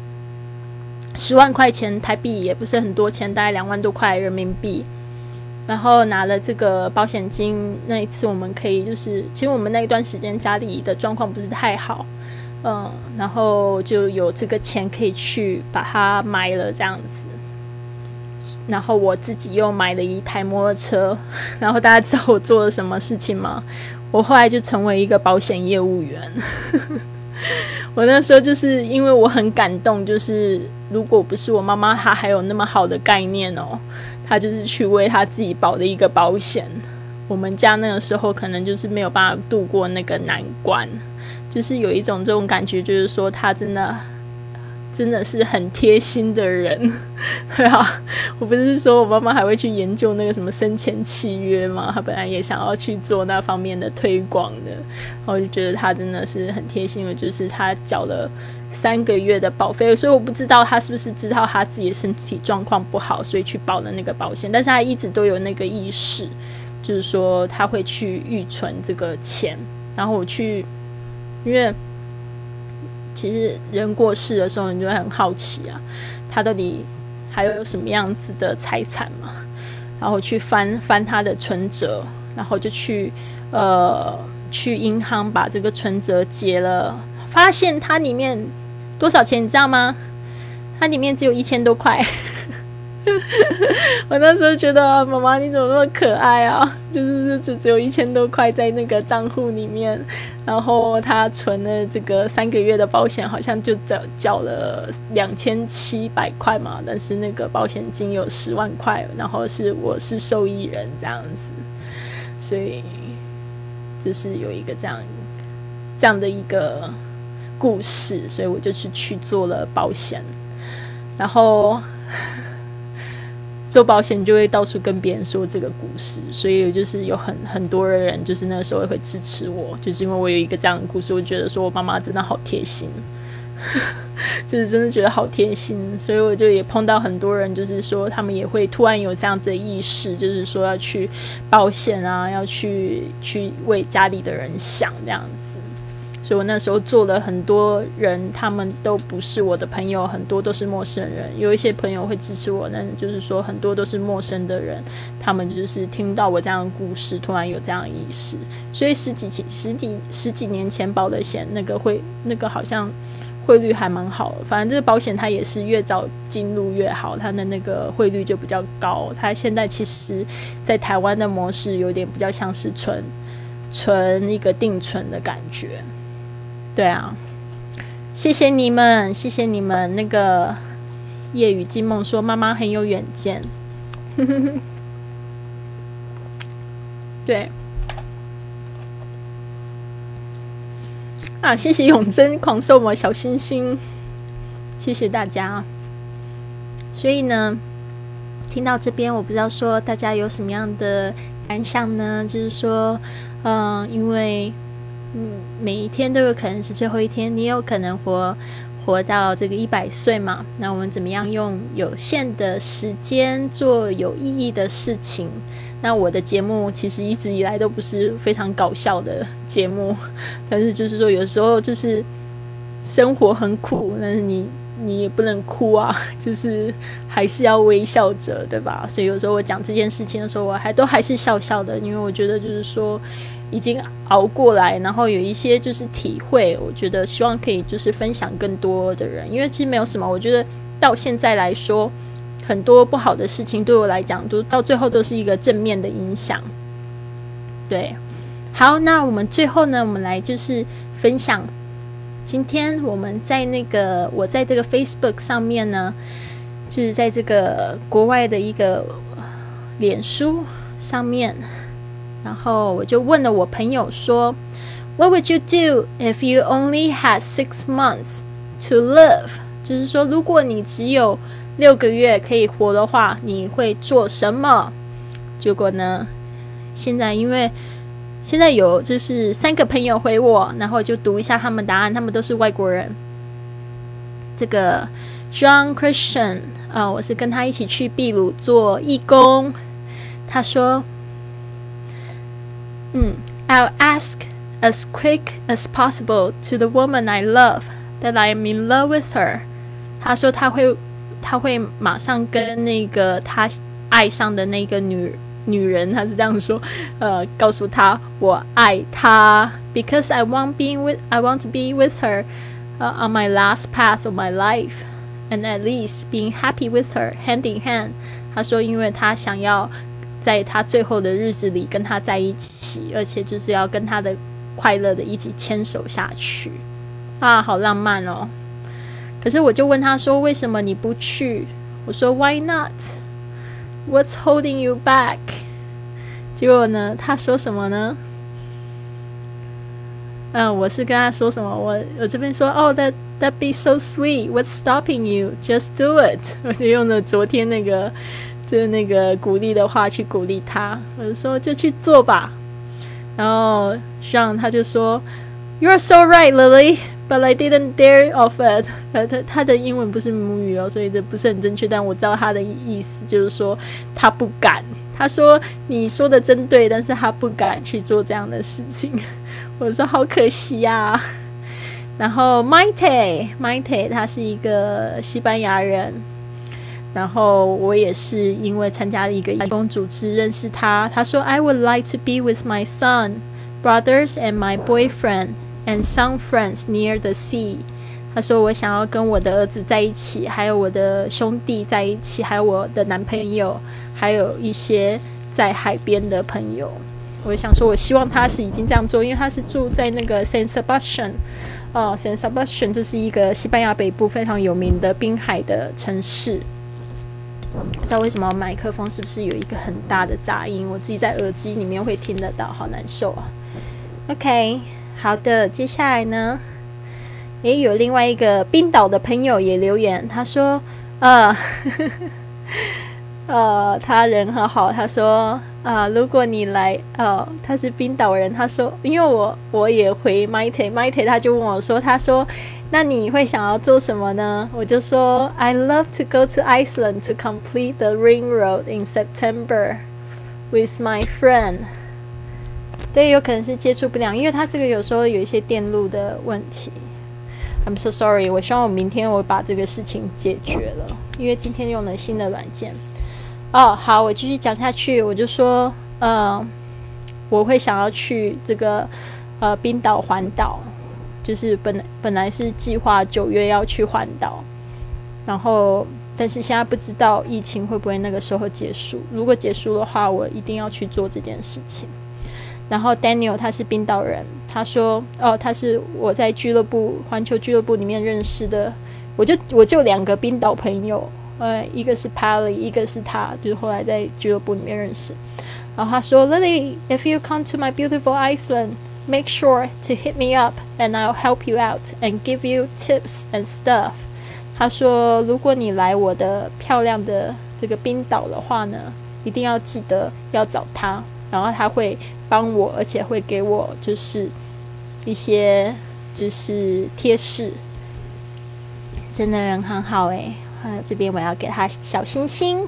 10万块钱台币，也不是很多钱，大概2万多块人民币。然后拿了这个保险金，那一次我们可以就是其实我们那一段时间家里的状况不是太好，然后就有这个钱可以去把它买了这样子。然后我自己又买了一台摩托车，然后大家知道我做了什么事情吗？我后来就成为一个保险业务员。我那时候就是因为我很感动，就是如果不是我妈妈她还有那么好的概念她就是去为她自己保的一个保险，我们家那个时候可能就是没有办法度过那个难关，就是有一种这种感觉，就是说她真的是很贴心的人。对啊，我不是说我妈妈还会去研究那个什么生前契约吗？她本来也想要去做那方面的推广的，然后我就觉得她真的是很贴心的，就是她缴了3个月的保费，所以我不知道她是不是知道她自己的身体状况不好，所以去保了那个保险，但是她一直都有那个意识，就是说她会去预存这个钱。然后因为其实人过世的时候，你就会很好奇啊，他到底还有什么样子的财产嘛？然后去翻他的存折，然后就去银行把这个存折结了，发现它里面多少钱你知道吗？它里面只有1000多块。我那时候觉得妈妈你怎么那么可爱啊，就是只有1000多块在那个账户里面，然后他存了这个3个月的保险，好像就缴了2700块嘛，但是那个保险金有10万块，然后我是受益人这样子，所以就是有一个这样的一个故事，所以我就去做了保险，然后做保险就会到处跟别人说这个故事，所以就是有很多的人就是那个时候会支持我，就是因为我有一个这样的故事，我觉得说我妈妈真的好贴心。就是真的觉得好贴心，所以我就也碰到很多人，就是说他们也会突然有这样子的意识，就是说要去保险啊，要去为家里的人想这样子。 所以我那时候做了很多人，他们都不是我的朋友，很多都是陌生人。有一些朋友会支持我，但就是说很多都是陌生的人，他们就是听到我这样的故事，突然有这样的意识。所以十几年前保的险，那个好像汇率还蛮好的，反正这个保险它也是越早进入越好，它的那个汇率就比较高。它现在其实在台湾的模式有点比较像是存一个定存的感觉。对啊，谢谢你们，谢谢你们。那个夜雨惊梦说妈妈很有远见。对啊，谢谢永贞狂兽魔小星星，谢谢大家。所以呢，听到这边，我不知道说大家有什么样的感想呢？就是说，因为每一天都有可能是最后一天，你有可能活到这个100岁嘛？那我们怎么样用有限的时间做有意义的事情？那我的节目其实一直以来都不是非常搞笑的节目，但是就是说有时候就是生活很苦，但是你也不能哭啊，就是还是要微笑着，对吧？所以有时候我讲这件事情的时候，我还是笑笑的，因为我觉得就是说已经熬过来，然后有一些就是体会，我觉得希望可以就是分享更多的人，因为其实没有什么，我觉得到现在来说，很多不好的事情对我来讲，都到最后都是一个正面的影响。对，好，那我们最后呢，我们来就是分享。今天我们在我在这个 Facebook 上面呢，就是在这个国外的一个脸书上面，然后我就问了我朋友说 What would you do if you only had 6 months to live？ 就是说如果你只有6个月可以活的话，你会做什么？结果呢，因为现在有就是3个朋友回我，然后就读一下他们答案，他们都是外国人。这个 John Christian 我是跟他一起去秘鲁做义工。他说I'll ask as quick as possible to the woman I love that I am in love with her。 他说他会马上跟那个他爱上的那个女人，他是这样说，告诉他我爱他 ，because I want to be with her on my last path of my life, and at least being happy with her hand in hand。他说，因为他想要在他最后的日子里跟他在一起，而且就是要跟他的快乐的一起牵手下去啊，好浪漫哦！可是我就问他说，为什么你不去？我说 Why not？What's holding you back？ 结果呢，他说什么呢？我是跟他说什么？我这边说that'd be so sweet. What's stopping you? Just do it. 我就用了昨天就是那个鼓励的话去鼓励他，我就说就去做吧。然后Sean他就说 You're so right, Lily.But I didn't dare offer it. 他的英文不是母语哦，所以这不是很正确，但我知道他的意思就是说他不敢。他说你说的真对，但是他不敢去做这样的事情。我说好可惜啊。然后 Maite 他是一个西班牙人，然后我也是因为参加了一个义工组织认识他。他说 I would like to be with my son, brothers and my boyfriend.And some friends near the sea。 他说我想要跟我的儿子在一起，还有我的兄弟在一起，还有我的男朋友，还有一些在海边的朋友。我想说我希望他是已经这样做，因为他是住在那个 San Sebastian San Sebastian 就是一个西班牙北部非常有名的滨海的城市。不知道为什么麦克风是不是有一个很大的杂音，我自己在耳机里面会听得到，好难受啊。 OK，好的，接下来呢，有另外一个冰岛的朋友也留言，他说，他人很好，他说，如果你来，他是冰岛人，他说，因为我也回 Maite 他就问我说，他说，那你会想要做什么呢？我就说 I love to go to Iceland to complete the ring road in September with my friend。 对，有可能是接触不良，因为它这个有时候有一些电路的问题。I'm so sorry， 我希望我明天我把这个事情解决了，因为今天用了新的软件。好，我继续讲下去，我就说，我会想要去这个冰岛环岛，就是本来是计划9月要去环岛，然后但是现在不知道疫情会不会那个时候结束，如果结束的话，我一定要去做这件事情。然后 Daniel 他是冰岛人，他说他是我在环球俱乐部里面认识的，我就2个冰岛朋友，一个是 Pally， 一个是他，就是后来在俱乐部里面认识。然后他说 Lily, if you come to my beautiful Iceland, make sure to hit me up and I'll help you out and give you tips and stuff。 他说如果你来我的漂亮的这个冰岛的话呢，一定要记得要找他，然后他会帮我，而且会给我就是一些就是贴士，真的人很好这边我要给他小星星。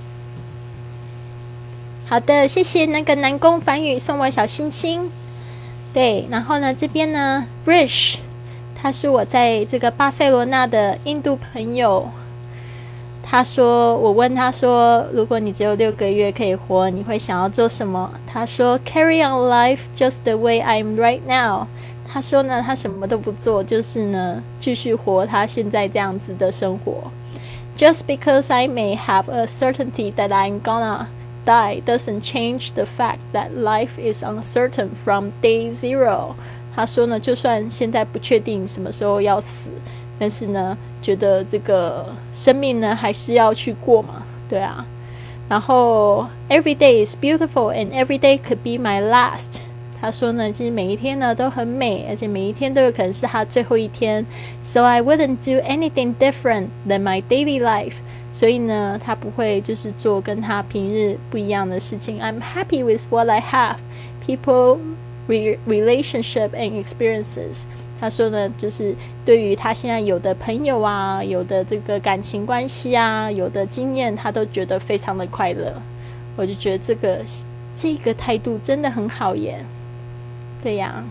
好的，谢谢那个南宫繁宇送我小星星。对，然后呢这边呢 Rish， 他是我在这个巴塞罗那的印度朋友。他说，我问他说，如果你只有6个月可以活，你会想要做什么？他说 Carry on life just the way I'm right now。 他说呢，他什么都不做，就是呢继续活他现在这样子的生活。 Just because I may have a certainty that I'm gonna die doesn't change the fact that life is uncertain from day zero。 他说呢，就算现在不确定什么时候要死，但是呢觉得这个生命呢还是要去过嘛，对啊。然后 Every day is beautiful and every day could be my last。 他说呢，其实每一天呢都很美，而且每一天都有可能是他最后一天。 So I wouldn't do anything different than my daily life。 所以呢他不会就是做跟他平日不一样的事情。 I'm happy with what I have, people, relationship and experiences。他说呢，就是对于他现在有的朋友啊，有的这个感情关系啊，有的经验，他都觉得非常的快乐。我就觉得这个态度真的很好耶。对呀，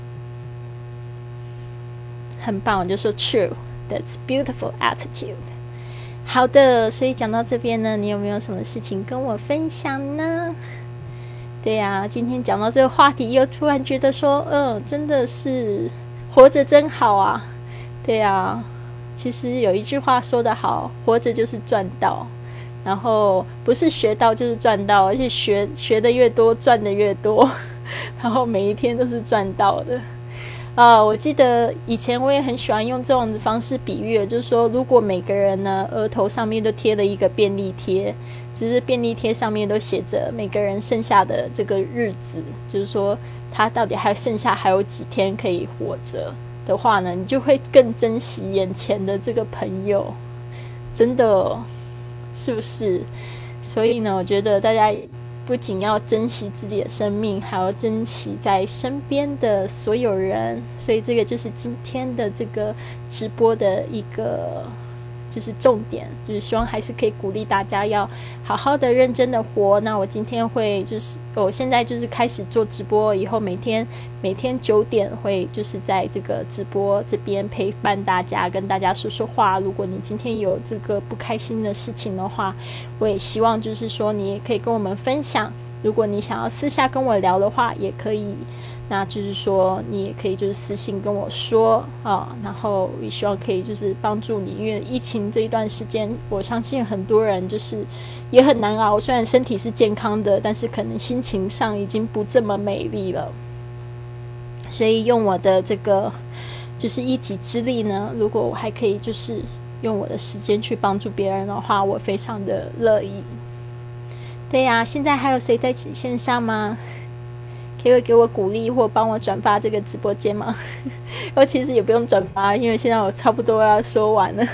很棒。我就说 True, that's beautiful attitude。 好的，所以讲到这边呢，你有没有什么事情跟我分享呢？对呀，今天讲到这个话题，又突然觉得说，真的是活着真好啊。对啊，其实有一句话说得好，活着就是赚到，然后不是学到就是赚到，而且学的越多赚的越多，然后每一天都是赚到的。我记得以前我也很喜欢用这种方式比喻，就是说如果每个人呢额头上面都贴了一个便利贴，只是便利贴上面都写着每个人剩下的这个日子，就是说他到底还剩下还有几天可以活着的话呢，你就会更珍惜眼前的这个朋友，真的是不是？所以呢，我觉得大家不仅要珍惜自己的生命，还要珍惜在身边的所有人。所以这个就是今天的这个直播的一个就是重点，就是希望还是可以鼓励大家要好好的认真的活。那我今天会就是我现在就是开始做直播，以后每天9点会就是在这个直播这边陪伴大家，跟大家说说话。如果你今天有这个不开心的事情的话，我也希望就是说你也可以跟我们分享。如果你想要私下跟我聊的话也可以，那就是说你也可以就是私信跟我说然后也希望可以就是帮助你。因为疫情这一段时间，我相信很多人就是也很难熬，虽然身体是健康的，但是可能心情上已经不这么美丽了。所以用我的这个就是一己之力呢，如果我还可以就是用我的时间去帮助别人的话，我非常的乐意。对呀，现在还有谁在线上吗？可以给我鼓励或帮我转发这个直播间吗？我其实也不用转发，因为现在我差不多要说完了。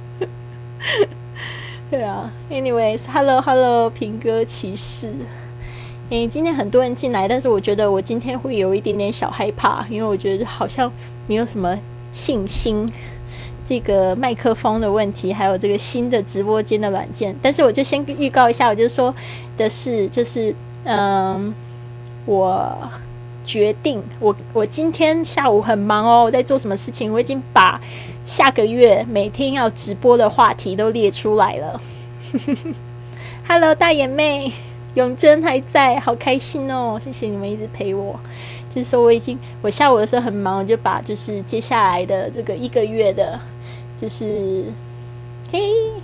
对啊 anyways hello 平哥骑士。今天很多人进来，但是我觉得我今天会有一点点小害怕，因为我觉得好像没有什么信心。这个麦克风的问题，还有这个新的直播间的软件。但是我就先预告一下，我就说的是就是我决定，我今天下午很忙哦，我在做什么事情，我已经把下个月每天要直播的话题都列出来了。Hello 大眼妹，永贞还在，好开心哦，谢谢你们一直陪我。就是说我下午的时候很忙，我就把就是接下来的这个1个月的，就是嘿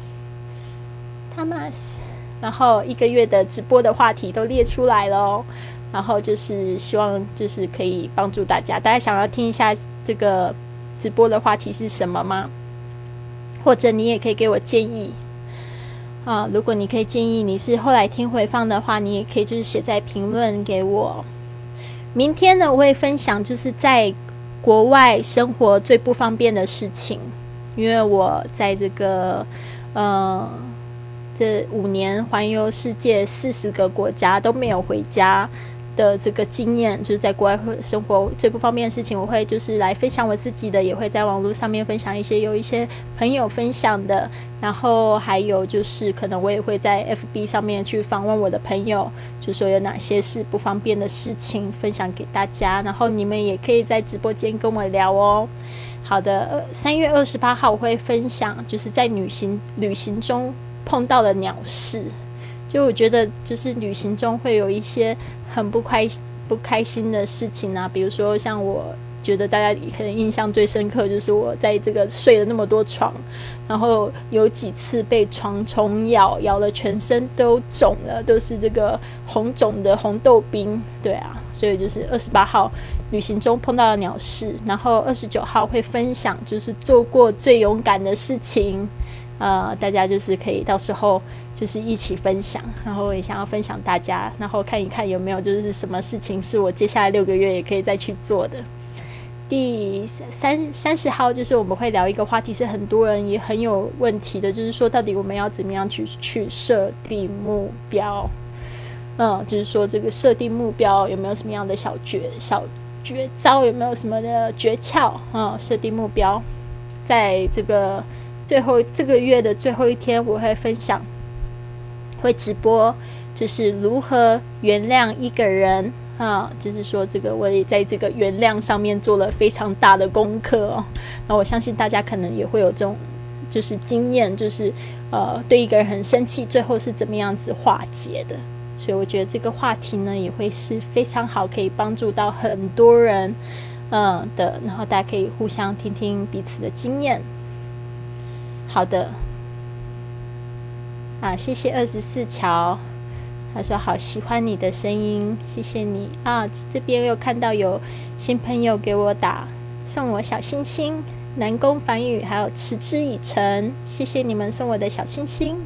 Thomas， 然后1个月的直播的话题都列出来了哦。然后就是希望就是可以帮助大家想要听一下这个直播的话题是什么吗？或者你也可以给我建议啊，如果你可以建议你是后来听回放的话，你也可以就是写在评论给我。明天呢，我会分享就是在国外生活最不方便的事情，因为我在这个这5年环游世界40个国家都没有回家的这个经验，就是在国外生活最不方便的事情，我会就是来分享我自己的，也会在网络上面分享有一些朋友分享的，然后还有就是可能我也会在 FB 上面去访问我的朋友，就说有哪些是不方便的事情分享给大家，然后你们也可以在直播间跟我聊哦。好的，3月28号我会分享就是在旅行中碰到的鸟事。就我觉得就是旅行中会有一些很不开心的事情啊，比如说像我觉得大家可能印象最深刻就是我在这个睡了那么多床，然后有几次被床虫咬了全身都肿了，都是这个红肿的红豆冰。对啊，所以就是28号旅行中碰到的鸟事，然后29号会分享就是做过最勇敢的事情，大家就是可以到时候就是一起分享，然后我也想要分享大家，然后看一看有没有就是什么事情是我接下来6个月也可以再去做的。第30号就是我们会聊一个话题，是很多人也很有问题的，就是说到底我们要怎么样去设定目标。就是说这个设定目标有没有什么样的小绝招，有没有什么的诀窍设定目标。在这个这个月的最后一天，我会分享，会直播，就是如何原谅一个人就是说这个我也在这个原谅上面做了非常大的功课哦。那我相信大家可能也会有这种就是经验，就是对一个人很生气，最后是怎么样子化解的。所以我觉得这个话题呢也会是非常好，可以帮助到很多人的，然后大家可以互相听听彼此的经验。好的谢谢24乔，他说好喜欢你的声音，谢谢你这边又看到有新朋友给我送我小星星，南宫繁宇还有持之以诚，谢谢你们送我的小星星。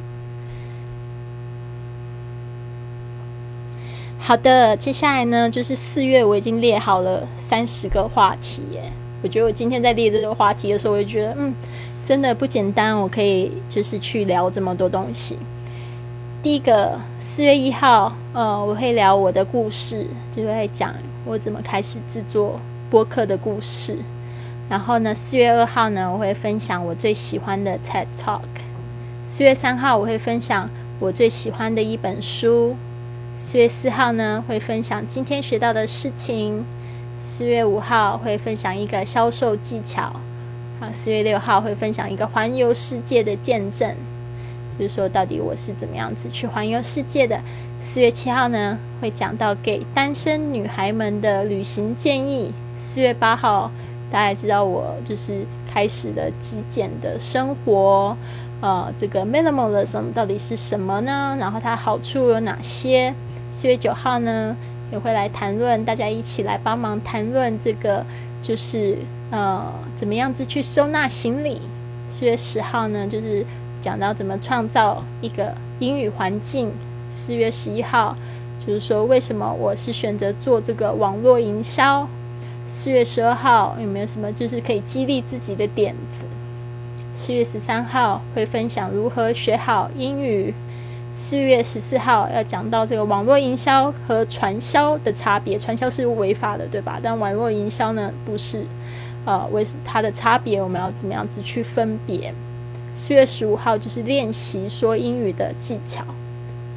好的，接下来呢就是4月我已经列好了30个话题耶。我觉得我今天在列这个话题的时候，我就觉得真的不简单，我可以就是去聊这么多东西。第一个4月1号我会聊我的故事，就会讲我怎么开始制作播客的故事。然后呢4月2号呢我会分享我最喜欢的 TED Talk。 4月3号我会分享我最喜欢的一本书。4月4号呢会分享今天学到的事情。4月5号会分享一个销售技巧。4月6号会分享一个环游世界的见证，就是说到底我是怎么样子去环游世界的。4月7号呢会讲到给单身女孩们的旅行建议。4月8号大家知道我就是开始了极简的生活，这个 minimalism 到底是什么呢？然后它好处有哪些？4月9号呢也会来谈论，大家一起来帮忙谈论这个就是怎么样子去收纳行李。4月10号呢就是讲到怎么创造一个英语环境。4月11号就是说为什么我是选择做这个网络营销。4月12号有没有什么就是可以激励自己的点子。4月13号会分享如何学好英语。4月14号要讲到这个网络营销和传销的差别，传销是违法的对吧？但网络营销呢不是，为它的差别我们要怎么样子去分别。4月15号就是练习说英语的技巧。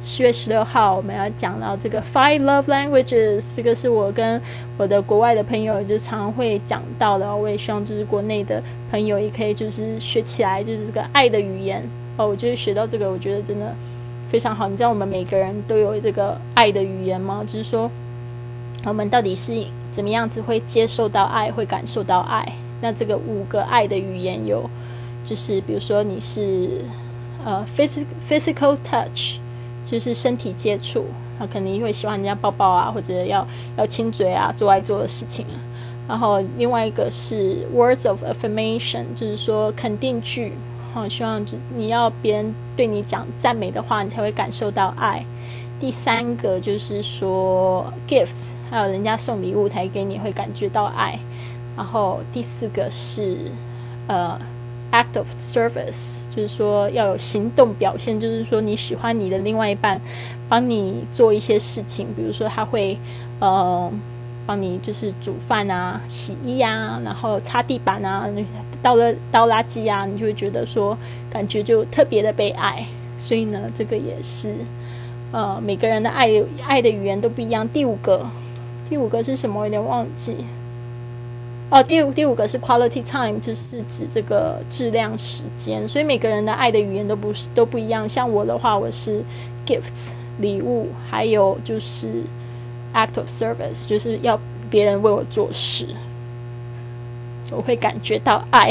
10月16号我们要讲到这个 Five Love Languages， 这个是我跟我的国外的朋友就常会讲到的，我也希望就是国内的朋友也可以就是学起来，就是这个爱的语言我觉得学到这个我觉得真的非常好。你知道我们每个人都有这个爱的语言吗？就是说我们到底是怎么样子会接受到爱，会感受到爱。那这个5个爱的语言有，就是比如说你是physical touch， 就是身体接触，他肯定会喜欢人家抱抱啊，或者要亲嘴啊，做爱做的事情啊。然后另外一个是 words of affirmation， 就是说肯定句，希望就是你要别人对你讲赞美的话，你才会感受到爱。第3个就是说 gifts， 还有人家送礼物才给你会感觉到爱。然后第4个是act of service， 就是说要有行动表现，就是说你喜欢你的另外一半帮你做一些事情，比如说他会帮你就是煮饭啊、洗衣啊，然后擦地板啊、倒垃圾啊，你就会觉得说感觉就特别的被爱。所以呢，这个也是每个人的爱的语言都不一样。第五个是什么？我有点忘记。第五个是 quality time， 就是指这个质量时间。所以每个人的爱的语言都不一样。像我的话，我是 gifts 礼物，还有就是 act of service， 就是要别人为我做事，我会感觉到爱。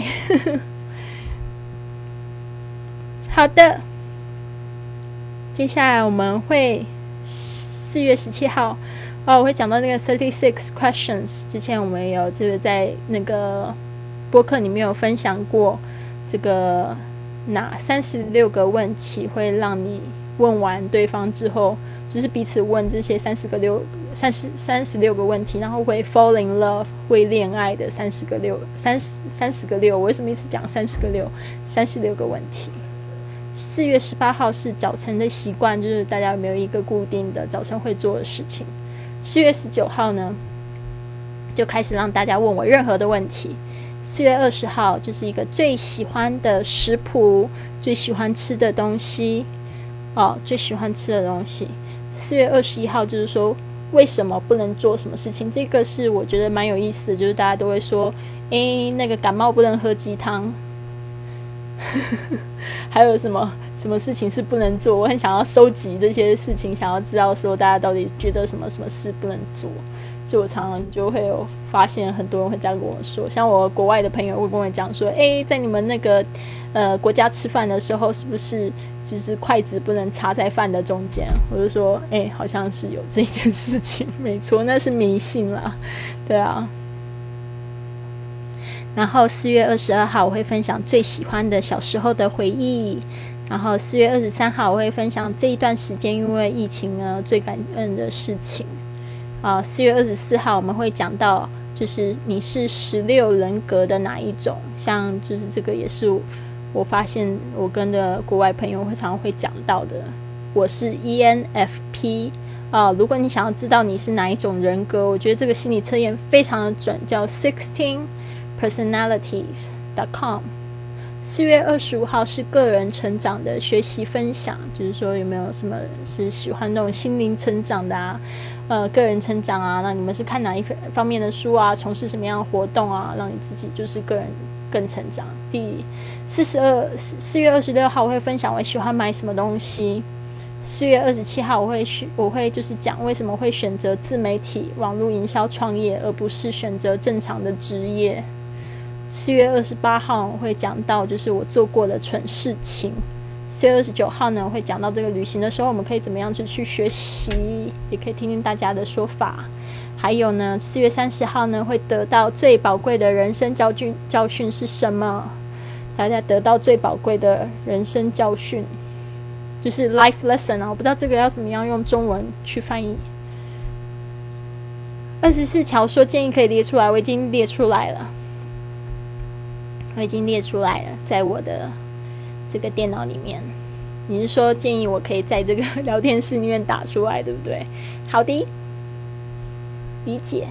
好的，接下来我们会4月17号我会讲到那个36 questions。之前我们有这个在那个播客里面有分享过，这个哪36个问题会让你问完对方之后，就是彼此问这些36个问题，然后会 fall in love， 会恋爱的30个6，我为什么一直讲36个问题。4月18号是早晨的习惯，就是大家有没有一个固定的早晨会做的事情。4月19号呢，就开始让大家问我任何的问题。4月20号就是一个最喜欢的食谱，最喜欢吃的东西最喜欢吃的东西。4月21号就是说为什么不能做什么事情，这个是我觉得蛮有意思的，就是大家都会说那个感冒不能喝鸡汤还有什么事情是不能做，我很想要收集这些事情，想要知道说大家到底觉得什么事不能做。就我常常就会有发现很多人会这样跟我说，像我国外的朋友会跟我讲说在你们那个国家吃饭的时候是不是就是筷子不能插在饭的中间，我就说好像是有这件事情，没错，那是迷信啦，对啊。然后4月22号我会分享最喜欢的小时候的回忆，然后4月23号我会分享这一段时间因为疫情呢最感恩的事情。4月24号我们会讲到就是你是16人格的哪一种，像就是这个也是我发现我跟的国外朋友会常常会讲到的，我是 ENFP。如果你想要知道你是哪一种人格，我觉得这个心理测验非常的准，叫16personalities.com。 4月25号是个人成长的学习分享，就是说有没有什么是喜欢那种心灵成长的个人成长那你们是看哪一方面的书从事什么样的活动让你自己就是个人更成长。4月26号我会分享我喜欢买什么东西。4月27号我会就是讲为什么会选择自媒体网络营销创业而不是选择正常的职业。4月28号我会讲到就是我做过的蠢事情。4月29号呢，我会讲到这个旅行的时候我们可以怎么样去学习，也可以听听大家的说法。还有呢4月30号呢会得到最宝贵的人生教训是什么，大家得到最宝贵的人生教训就是 life lesson 我不知道这个要怎么样用中文去翻译。24条说建议可以列出来，我已经列出来了，在我的这个电脑里面。你是说建议我可以在这个聊天室里面打出来对不对？好的，理解。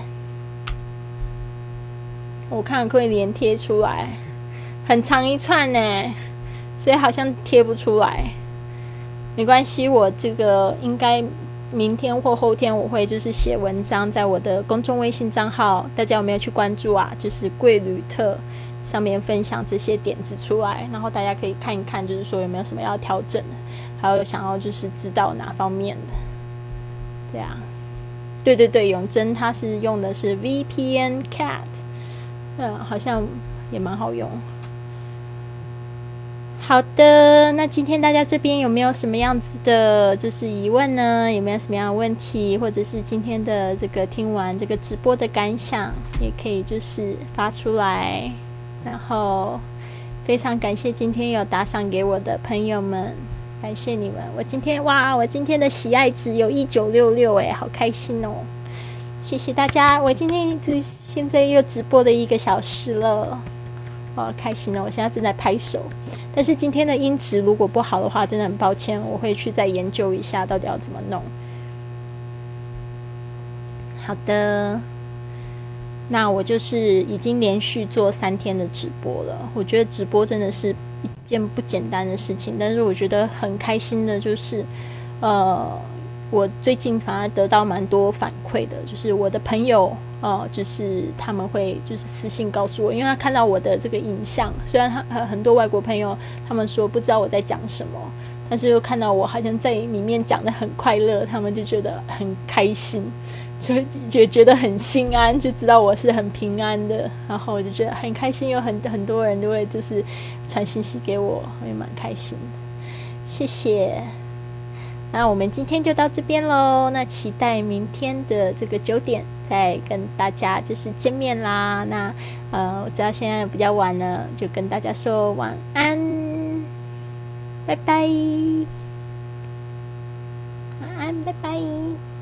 我看可以连贴出来，很长一串呢，所以好像贴不出来。 没关系，我这个应该明天或后天我会就是写文章在我的公众微信账号，大家有没有去关注啊？就是贵旅特上面分享这些点子出来，然后大家可以看一看，就是说有没有什么要调整的，还有想要就是知道哪方面的。对啊，对对对，永贞他是用的是 VPN Cat，好像也蛮好用。好的，那今天大家这边有没有什么样子的就是疑问呢？有没有什么样的问题，或者是今天的这个听完这个直播的感想，也可以就是发出来。然后非常感谢今天有打赏给我的朋友们，感谢你们。我今天的喜爱值有1966耶，好开心哦！谢谢大家，我今天现在又直播了1个小时了。好开心哦！我现在正在拍手，但是今天的音质如果不好的话，真的很抱歉，我会去再研究一下到底要怎么弄。好的，那我就是已经连续做3天的直播了。我觉得直播真的是一件不简单的事情，但是我觉得很开心的就是，我最近反而得到蛮多反馈的，就是我的朋友。就是他们会就是私信告诉我，因为他看到我的这个影像，虽然很多外国朋友他们说不知道我在讲什么，但是又看到我好像在里面讲得很快乐，他们就觉得很开心，就觉得很心安，就知道我是很平安的，然后我就觉得很开心，有很多人都会就是传信息给我，我也蛮开心的，谢谢。那我们今天就到这边咯，那期待明天的这个9点再跟大家就是见面啦。那我知道现在比较晚了，就跟大家说晚安，拜拜，晚安，拜拜。